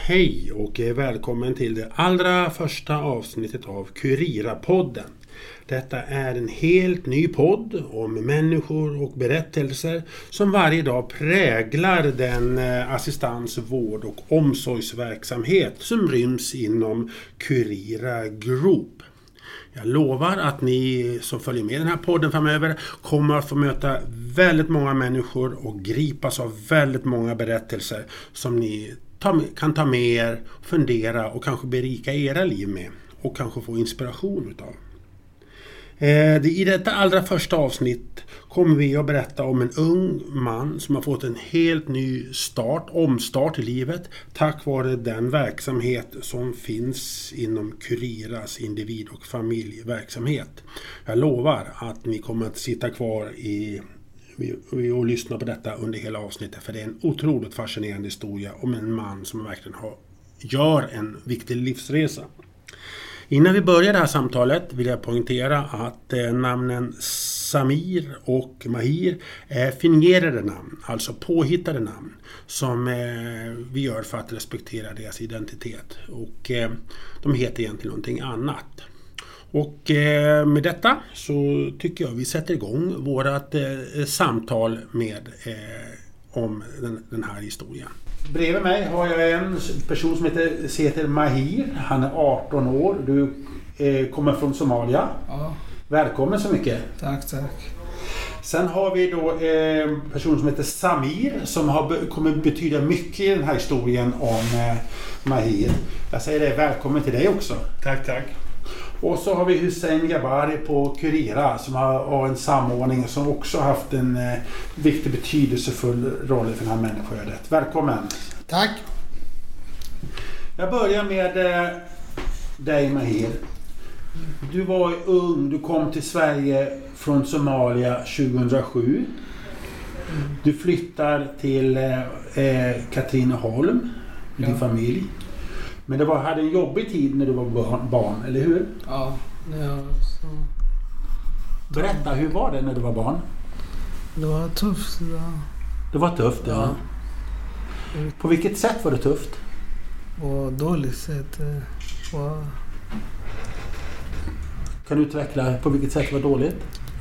Hej och välkommen till det allra första avsnittet av Curira-podden. Detta är en helt ny podd om människor och berättelser som varje dag präglar den assistans-, vård- och omsorgsverksamhet som ryms inom Curira Group. Jag lovar att ni som följer med den här podden framöver kommer att få möta väldigt många människor och gripas av väldigt många berättelser som ni kan ta med er, fundera och kanske berika era liv med och kanske få inspiration utav. I detta allra första avsnitt kommer vi att berätta om en ung man som har fått en helt ny omstart i livet tack vare den verksamhet som finns inom Curiras individ- och familjverksamhet. Jag lovar att ni kommer att sitta kvar och lyssna på detta under hela avsnittet, för det är en otroligt fascinerande historia om en man som verkligen gör en viktig livsresa. Innan vi börjar det här samtalet vill jag poängtera att namnen Samir och Mahir är fingerade namn, alltså påhittade namn som vi gör för att respektera deras identitet, och de heter egentligen någonting annat. Och med detta så tycker jag vi sätter igång vårat samtal med om den här historien. Bredvid mig har jag en person som heter Mahir. Han är 18 år. Du kommer från Somalia. Ja. Välkommen så mycket. Tack. Sen har vi då en person som heter Samir som kommer betyda mycket i den här historien om Mahir. Jag säger det, välkommen till dig också. Tack. Och så har vi Hussein Jabari på Curira som har en samordning som också haft en viktig betydelsefull roll för den här människoödet. Välkommen! Tack! Jag börjar med dig, Mahir. Du var ung, du kom till Sverige från Somalia 2007. Du flyttar till Katrineholm med din familj. Men det hade en jobbig tid när du var barn, eller hur? Ja, så... Berätta, hur var det när du var barn? Det var tufft. Det var tufft, ja. På vilket sätt var det tufft? På dåligt sätt. Kan du utveckla på vilket sätt det var dåligt?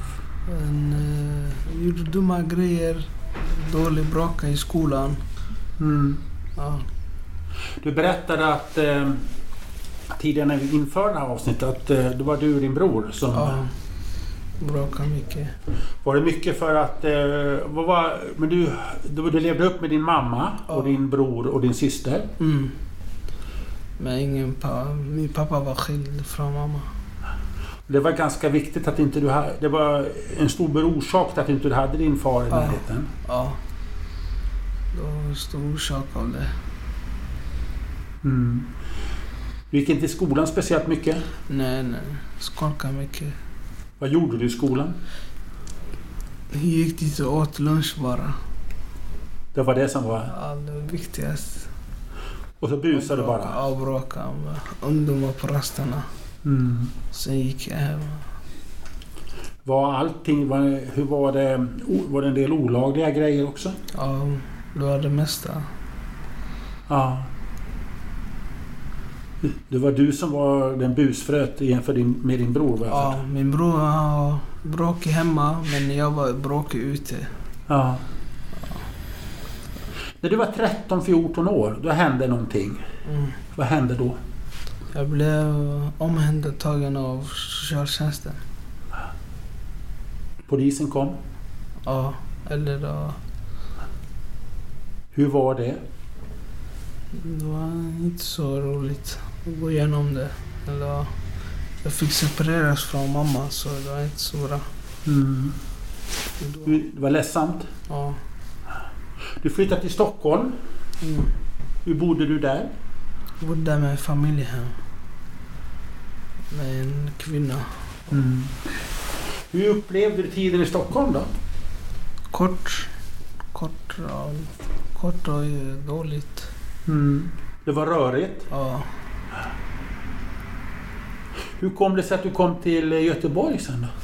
Gjorde dumma grejer. Dålig bråka i skolan. Ja. Du berättade att tidigare när vi införde det här avsnittet att det var du och din bror som... Ja, bråkade mycket. Var det mycket för att... men du levde upp med din mamma och din bror och din syster? Mm. Men min pappa var skild från mamma. Det var ganska viktigt att inte du hade... Det var en stor orsak till att inte du hade din far i närheten. Ja. Det var en stor orsak av det. Du gick inte i skolan speciellt mycket? Nej. Skolkade mycket. Vad gjorde du i skolan? Jag gick dit och åt lunch bara. Det var det som var... Ja, det viktigaste. Och så busade du bara? Ja, bråka med ungdomar på rasterna. Sen gick jag hem. Var allting... Hur var det? Var det en del olagliga grejer också? Ja, det var det mesta. Ja. Det var du som var den busfröt med din bror? Ja, min bror var bråkig hemma, men jag var bråkig ute. Ja. När du var 13-14 år, då hände någonting. Vad hände då? Jag blev omhändertagen av socialtjänsten. Polisen kom? Ja, eller då... Hur var det? Det var inte så roligt att gå igenom det. Eller, jag fick separeras från mamma, så det var inte så bra. Det var ledsamt? Ja. Du flyttade till Stockholm. Hur bodde du där? Jag bodde med familjehem. Med en kvinna. Hur upplevde du tiden i Stockholm då? Kort och dåligt. Det var rörigt? Ja. Hur kom det sig att du kom till Göteborg sen då?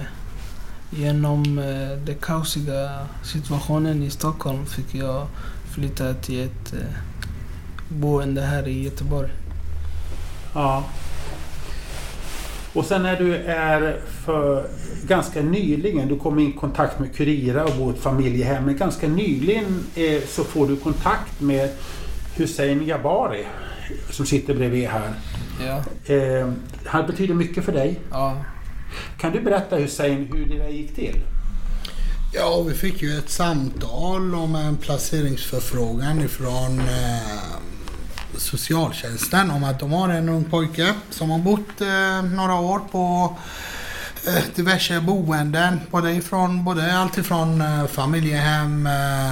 Genom den kaosiga situationen i Stockholm fick jag flytta till ett boende här i Göteborg. Ja. Och sen när du är för ganska nyligen, du kom i kontakt med Curira och bor i ett familjehem, men ganska nyligen så får du kontakt med Hussein Jabari som sitter bredvid här. Ja. Han betyder mycket för dig. Ja. Kan du berätta Hussein hur det där gick till? Ja, vi fick ju ett samtal om en placeringsförfrågan ifrån socialtjänsten om att de har en ung pojke som har bott några år på diverse boenden, både allt ifrån familjehem,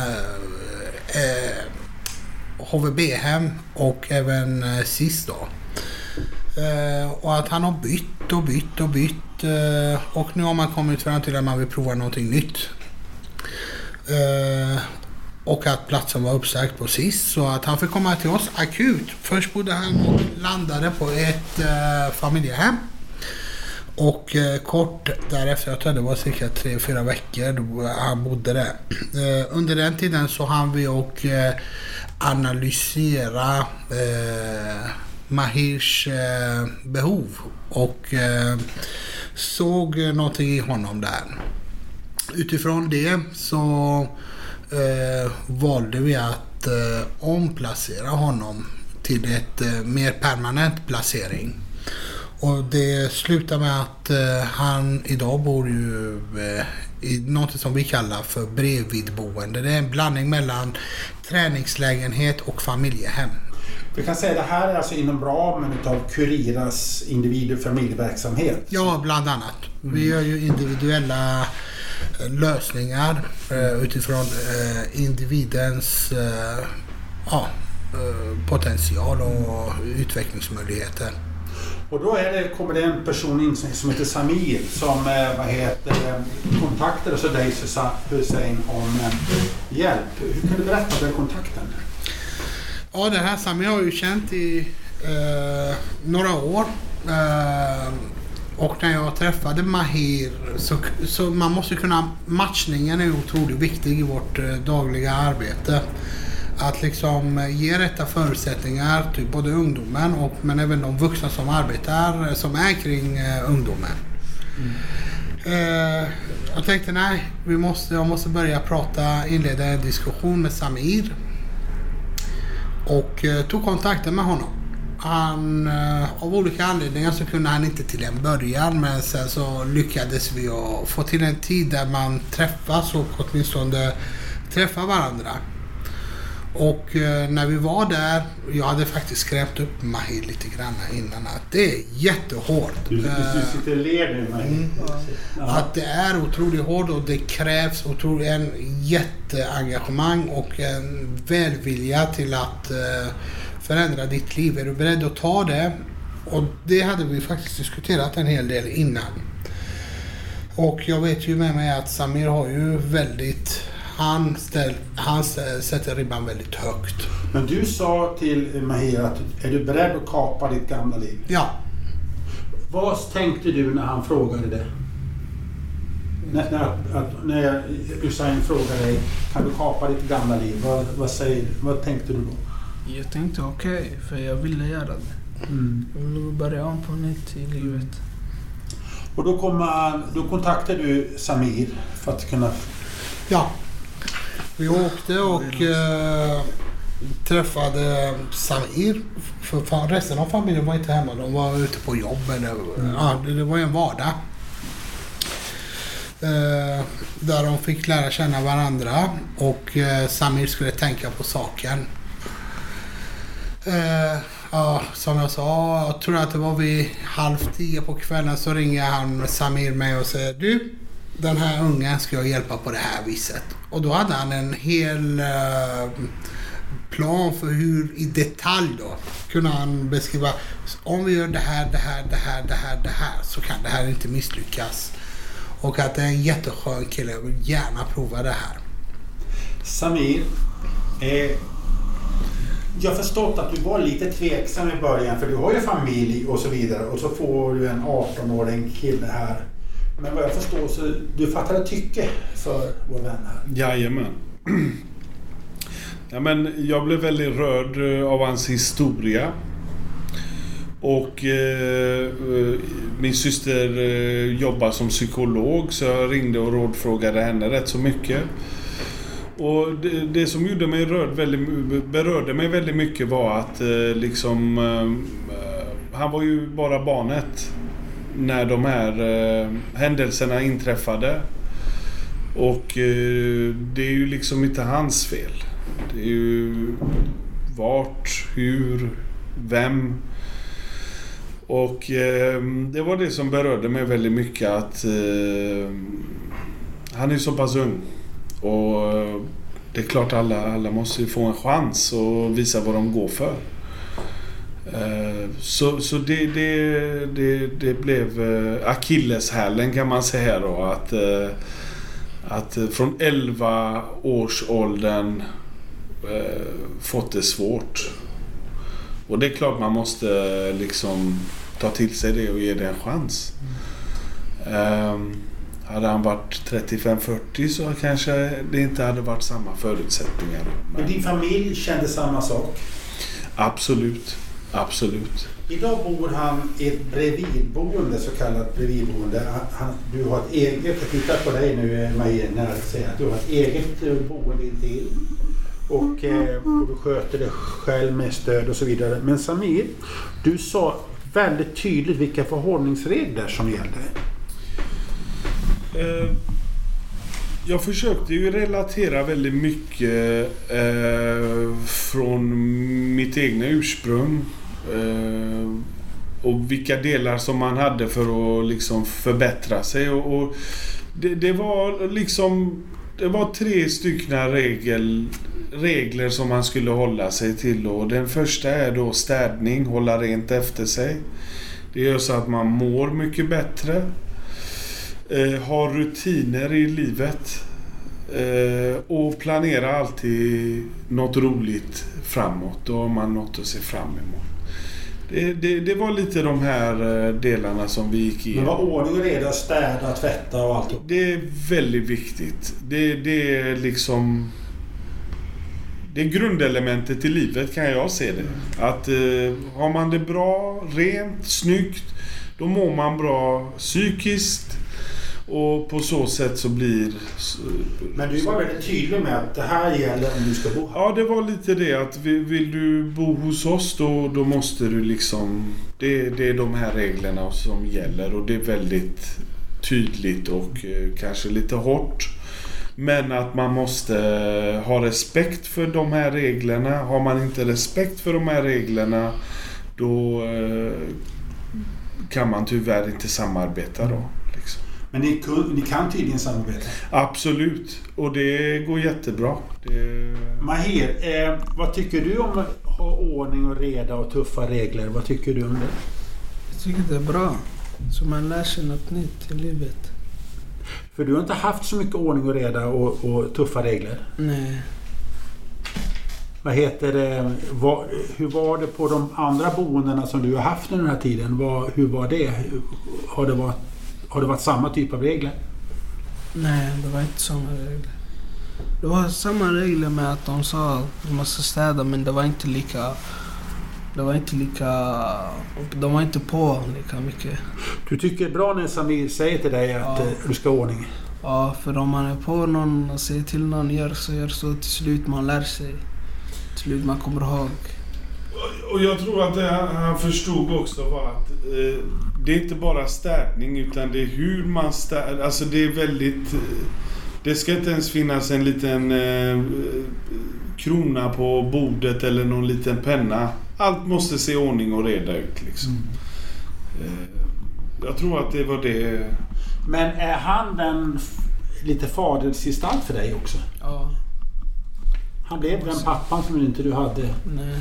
HVB-hem och även SIS då. Och att han har bytt och nu har man kommit fram till att man vill prova någonting nytt. Och att platsen var uppsagt på SIS, så att han fick komma till oss akut. Först bodde han och landade på ett familjehem. Och kort därefter, jag tror det var cirka 3-4 veckor då han bodde där. Under den tiden så hann vi och analysera Mahirs behov och såg någonting i honom där. Utifrån det så valde vi att omplacera honom till ett mer permanent placering. Och det slutar med att han idag bor ju i något som vi kallar för bredvidboende. Det är en blandning mellan träningslägenhet och familjehem. Vi kan säga att det här är alltså inom ramen av Curiras individ- och familjeverksamhet. Ja, bland annat. Vi gör ju individuella lösningar utifrån individens potential och utvecklingsmöjligheter. Och då kommer det en person in som heter Samir som kontaktar så dig Hussein om hjälp. Hur kan du berätta om den kontakten? Ja, det här Samir har ju känt i några år. Och när jag träffade Mahir så man måste kunna, matchningen är otroligt viktig i vårt dagliga arbete. Att liksom ge rätta förutsättningar till både ungdomen men även de vuxna som arbetar, som är kring ungdomen. Jag tänkte jag måste börja inleda en diskussion med Samir. Och tog kontakten med honom. Han, av olika anledningar så kunde han inte till en början, men sen så lyckades vi att få till en tid där man träffas och åtminstone träffar varandra. Och när vi var där, jag hade faktiskt skrämt upp Mahir lite grann innan att det är jättehårt. Du sitter och ler nu, Mahir. Att det är otroligt hårt och det krävs en jätteengagemang och en välvilja till att förändra ditt liv. Är du beredd att ta det? Och det hade vi faktiskt diskuterat en hel del innan. Och jag vet ju med mig att Samir har ju han sätter ribban väldigt högt. Men du sa till Mahir att är du beredd att kapa ditt gamla liv? Ja. Vad tänkte du när han frågade det? När Hussein frågade dig, kan du kapa ditt gamla liv? Vad tänkte du då? Jag tänkte okej, för jag ville göra det. Jag ville börja om på nytt i livet. Och då kontaktade du Samir för att kunna... Ja. Vi åkte och träffade Samir. För resten av familjen var inte hemma. De var ute på jobb. Det var en vardag. Där de fick lära känna varandra. Och Samir skulle tänka på saken. Som jag sa, jag tror att det var vid 9:30 på kvällen så ringer han Samir mig och säger: du, den här ungen ska jag hjälpa på det här viset. Och då hade han en hel plan för hur i detalj då kunde han beskriva: om vi gör det här så kan det här inte misslyckas. Och att det är en jätteskön kille, jag vill gärna prova det här. Samir, jag har förstått att du var lite tveksam i början, för du har ju familj och så vidare, och så får du en 18-årig kille här. Men vad jag förstår så du fattade tycke för vår vän här. Jajamän. Ja, men jag blev väldigt rörd av hans historia. Och min syster jobbar som psykolog, så jag ringde och rådfrågade henne rätt så mycket. Och det som gjorde mig berörde mig väldigt mycket var att han var ju bara barnet när de här händelserna inträffade. Och det är ju liksom inte hans fel. Det är ju vart, hur, vem. Och det var det som berörde mig väldigt mycket, att han är så pass ung. Och det är klart alla måste få en chans och visa vad de går för. Så det blev akilleshälen, kan man säga då, att från 11 års åldern fått det svårt. Och det är klart man måste liksom ta till sig det och ge det en chans. Hade han varit 35-40 så kanske det inte hade varit samma förutsättningar. Men din familj kände samma sak? Absolut. Idag bor han i ett bredvidboende, så kallat bredvidboende. Du har ett eget, jag tittar på dig nu Maja, när jag säger att du har ett eget boende intill. Och du sköter det själv med stöd och så vidare. Men Samir, du sa väldigt tydligt vilka förhållningsregler som gällde. Jag försökte ju relatera väldigt mycket från mitt egna ursprung och vilka delar som man hade för att liksom förbättra sig. Och det var liksom, det var 3 stycken regler som man skulle hålla sig till. Och den första är då städning, hålla rent efter sig. Det gör så att man mår mycket bättre. Ha rutiner i livet. Och planera alltid något roligt framåt. Då har man något att se fram emot. Det var lite de här delarna som vi gick igenom. Men var ordning och reda, städa, tvätta och allt? Det är väldigt viktigt. Det är liksom... Det är grundelementet i livet, kan jag se det. Att har man det bra, rent, snyggt, då mår man bra psykiskt. Och på så sätt så blir... Men du var väldigt tydlig med att det här gäller om du ska bo här. Ja, det var lite det att vill du bo hos oss då måste du liksom... Det är de här reglerna som gäller, och det är väldigt tydligt och kanske lite hårt. Men att man måste ha respekt för de här reglerna. Har man inte respekt för de här reglerna, då kan man tyvärr inte samarbeta då. Liksom. Men ni kan tydligen samarbeta? Absolut, och det går jättebra. Mahir, vad tycker du om att ha ordning och reda och tuffa regler? Vad tycker du om det? Jag tycker det är bra. Så man lär sig något nytt i livet. För du har inte haft så mycket ordning och reda och tuffa regler? Nej. Vad heter det? Hur var det på de andra boendena som du har haft under den här tiden? Hur var det? Har det varit samma typ av regler? Nej, det var inte samma regler. Det var samma regler med att de sa att de måste städa, men det var inte lika... De var inte på lika mycket. Du tycker det är bra när Samir säger till dig att du ska ha ordning? Ja, för om man är på någon och säger till någon gör så till slut man lär sig. Till slut man kommer ihåg. Och jag tror att det han förstod också var att det är inte bara städning, utan det är hur man städar. Alltså det är väldigt... Det ska inte ens finnas en liten krona på bordet eller någon liten penna. Allt måste se ordning och reda ut liksom. Jag tror att det var det. Men är han den lite fadersgestalt för dig också? Ja. Han blev den pappan som inte du hade? Nej.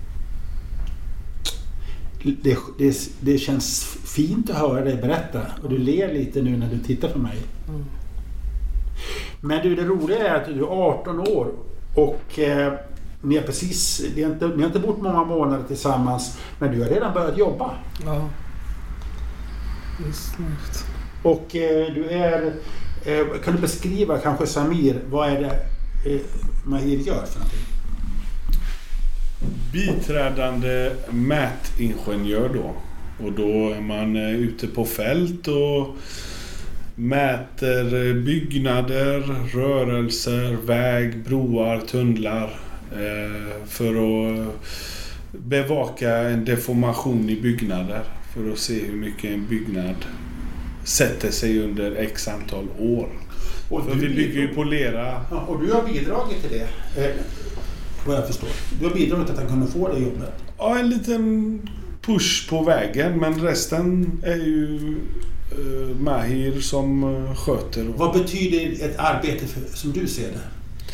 Det känns fint att höra dig berätta. Och du ler lite nu när du tittar på mig. Mm. Men du, det roliga är att du är 18 år och ni har inte bott många månader tillsammans, men du har redan börjat jobba. Ja. Det är snart. Och du är... kan du beskriva kanske Samir, vad är det Mahir gör för någonting? biträdande mätingenjör då. Och då är man ute på fält och mäter byggnader, rörelser, väg, broar, tunnlar för att bevaka en deformation i byggnader för att se hur mycket en byggnad sätter sig under x antal år. Och för vi bygger ju på lera. Ja, och du har bidragit till det, vad jag förstår. Du har bidragit till att han kunde få det jobbet. Ja, en liten push på vägen, men resten är ju Mahir som sköter. Vad betyder ett arbete som du ser det?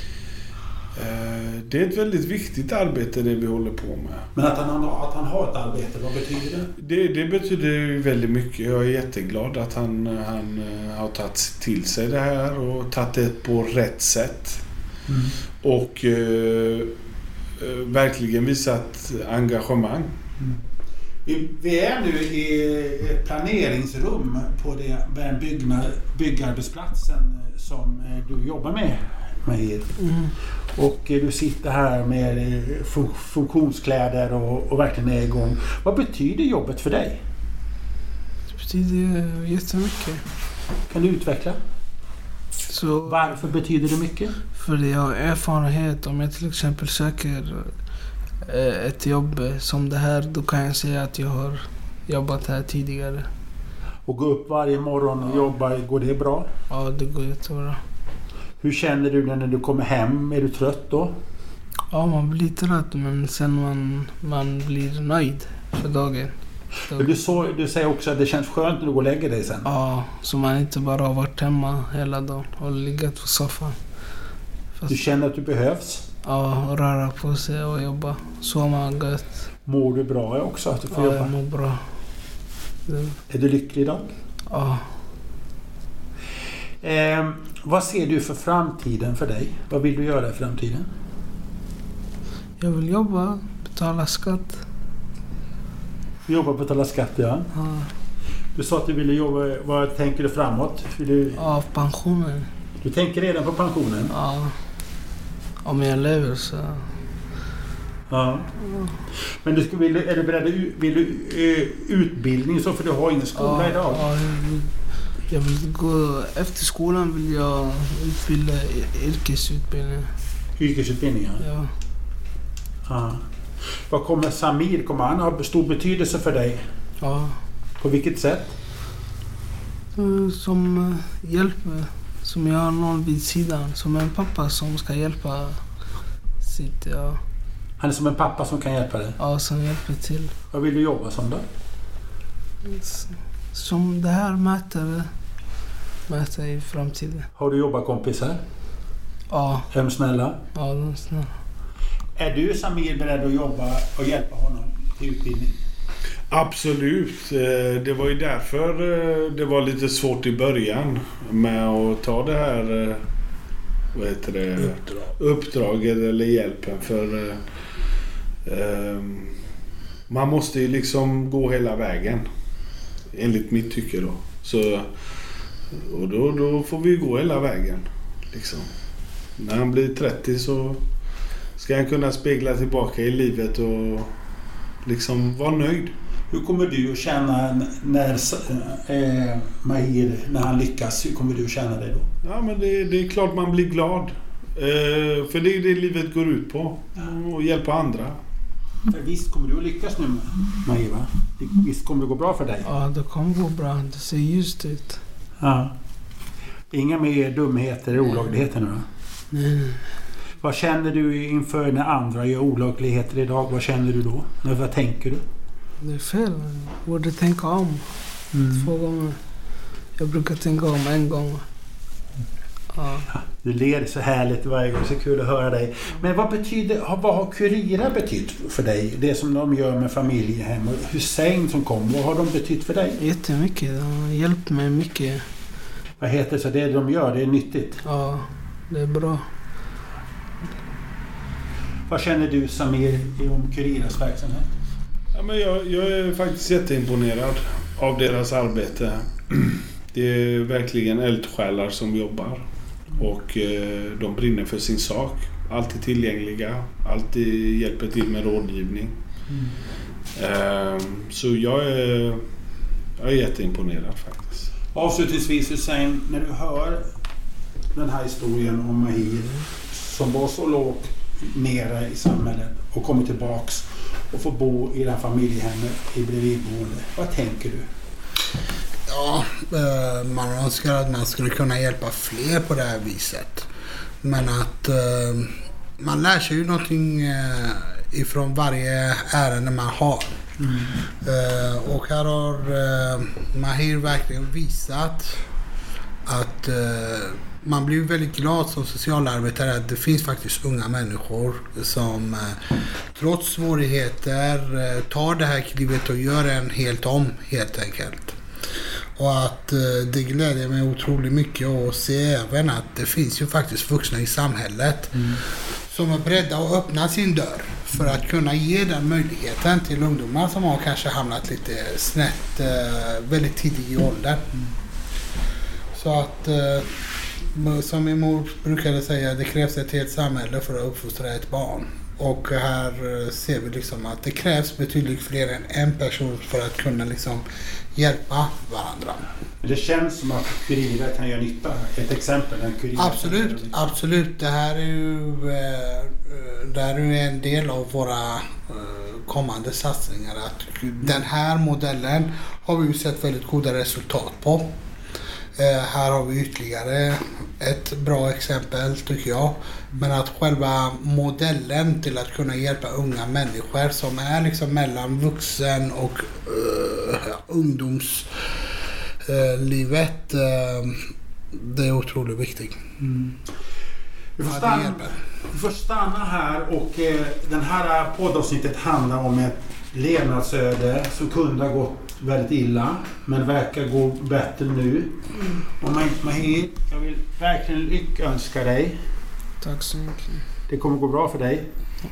Det är ett väldigt viktigt arbete det vi håller på med. Men att han har ett arbete, vad betyder det? Det betyder väldigt mycket. Jag är jätteglad att han har tagit till sig det här och tagit det på rätt sätt. Och verkligen visat engagemang. Vi är nu i ett planeringsrum på den byggarbetsplatsen som du jobbar med. Och du sitter här med funktionskläder och verkligen är igång. Vad betyder jobbet för dig? Det betyder jättemycket. Kan du utveckla? Så, varför betyder det mycket? För jag har erfarenhet. Om jag till exempel söker ett jobb som det här, då kan jag säga att jag har jobbat här tidigare. Och gå upp varje morgon och jobba, går det bra? Ja, det går jättebra. Hur känner du när du kommer hem? Är du trött då? Ja, man blir trött, men sen man blir nöjd för dagen. Du säger också att det känns skönt när du går och lägger dig sen. Ja, så man inte bara har varit hemma hela dagen och legat på soffan. Du känner att du behövs? Ja, och röra på sig och jobba. Sova gött. Mår du bra också att du får jobba? Ja, jag mår bra. Är du lycklig idag? Ja. Vad ser du för framtiden för dig? Vad vill du göra i framtiden? Jag vill jobba, betala skatt. Jobba, betala skatt, ja. Du sa att du ville jobba. Vad tänker du framåt? Ja, pensionen. Du tänker redan på pensionen? Ja. Om jag lever så... Ja. Men är du beredd att utbildning så, för du har ingen skola idag? Ja, jag vill gå... Efter skolan vill jag utbilda yrkesutbildning. Yrkesutbildning, ja. Ja. Vad kommer Samir? Kommer han ha stor betydelse för dig? Ja. På vilket sätt? Som hjälper. Som jag har någon vid sidan. Som en pappa som ska hjälpa sitt, ja. Han är som en pappa som kan hjälpa dig? Ja, som hjälper till. Vad vill du jobba som då? Som det här mäter i framtiden. Har du jobbarkompisar? Ja. Är de snälla? Ja, de är snälla. Är du, Samir, beredd att jobba och hjälpa honom till utbildning? Absolut. Det var ju därför det var lite svårt i början med att ta det här uppdraget eller hjälpen. För man måste ju liksom gå hela vägen. Enligt mitt tycke då. Så, och då får vi gå hela vägen. Liksom. När han blir 30 så ska han kunna spegla tillbaka i livet och liksom vara nöjd. Hur kommer du att känna när Mahir, när han lyckas? Hur kommer du att känna dig då? Ja, men det är klart man blir glad. För det är det livet går ut på. Och hjälpa andra. För visst kommer du att lyckas nu, Mahir, va? Visst kommer det gå bra för dig? Ja, det kommer gå bra. Det ser ljust ut. Ja. Inga mer dumheter eller olagligheter nu då? Nej. Vad känner du inför när andra gör olagligheter idag? Vad känner du då? Vad tänker du? Det är fel. Jag borde tänka om 2 gånger. Jag brukar tänka om 1 gång. Ja. Du ler så härligt varje gång. Så kul att höra dig. Men vad har Kurira betytt för dig? Det som de gör med familjehem och Hussein som kom. Vad har de betytt för dig? Jättemycket. De har hjälpt mig mycket. Vad heter så det de gör? Det är nyttigt. Ja, det är bra. Vad känner du, Samir, om Kuriras verksamhet? Ja, men jag är faktiskt jätteimponerad av deras arbete. Det är verkligen eldsjälar som jobbar. Och de brinner för sin sak. alltid tillgängliga, alltid hjälper till med rådgivning. Så jag är jätteimponerad faktiskt. Avslutningsvis Hussein, när du hör den här historien om Mahir som var så lågt nere i samhället och kommer tillbaks och får bo i det här familjehemmet i bredvidboende, vad tänker du? Ja, man önskar att man skulle kunna hjälpa fler på det här viset. Men att man lär sig ju någonting ifrån varje ärende man har. Och här har Mahir verkligen visat att man blir väldigt glad som socialarbetare att det finns faktiskt unga människor som trots svårigheter tar det här klivet och gör en helt om helt enkelt. Och att det gläder mig otroligt mycket att se även att det finns ju faktiskt vuxna i samhället som är beredda att öppna sin dörr för att kunna ge den möjligheten till ungdomar som har kanske hamnat lite snett väldigt tidigt i åldern. Så att som min mor brukade säga, det krävs ett helt samhälle för att uppfostra ett barn. Och här ser vi liksom att det krävs betydligt fler än en person för att kunna liksom hjälpa varandra. Det känns som att kurirer kan göra nytta. Ett exempel. Absolut. Det här är ju en del av våra kommande satsningar. Att den här modellen har vi ju sett väldigt goda resultat på. Här har vi ytterligare ett bra exempel tycker jag. Men att själva modellen till att kunna hjälpa unga människor som är liksom mellan vuxen och ungdomslivet, det är otroligt viktigt. Vi får stanna här och den här poddavsnittet handlar om ett levnadsöde som kunde ha gått väldigt illa men verkar gå bättre nu. Och Mahir, jag vill verkligen lyckönska dig. Tack så mycket. Det kommer gå bra för dig.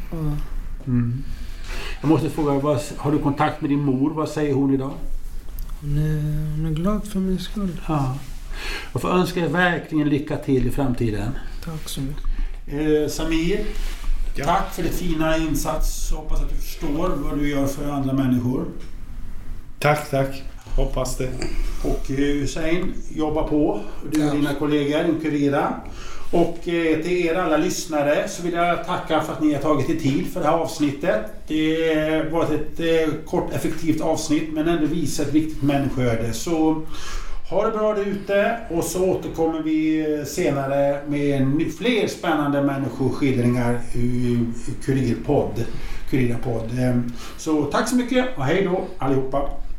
Jag måste fråga, har du kontakt med din mor? Vad säger hon idag? Hon är glad för min skull. Ja. Jag får önska dig verkligen lycka till i framtiden. Tack så mycket. Samir, tack för din fina insats. Hoppas att du förstår vad du gör för andra människor. Tack. Hoppas det. Och Hussein, jobba på. Du och dina kollegor, din kurira. Och till er alla lyssnare så vill jag tacka för att ni har tagit er tid för det här avsnittet. Det var ett kort effektivt avsnitt men ändå visar ett viktigt människoöde. Så ha det bra där ute och så återkommer vi senare med fler spännande människoskildringar i Kurirapodd. Så tack så mycket och hej då allihopa.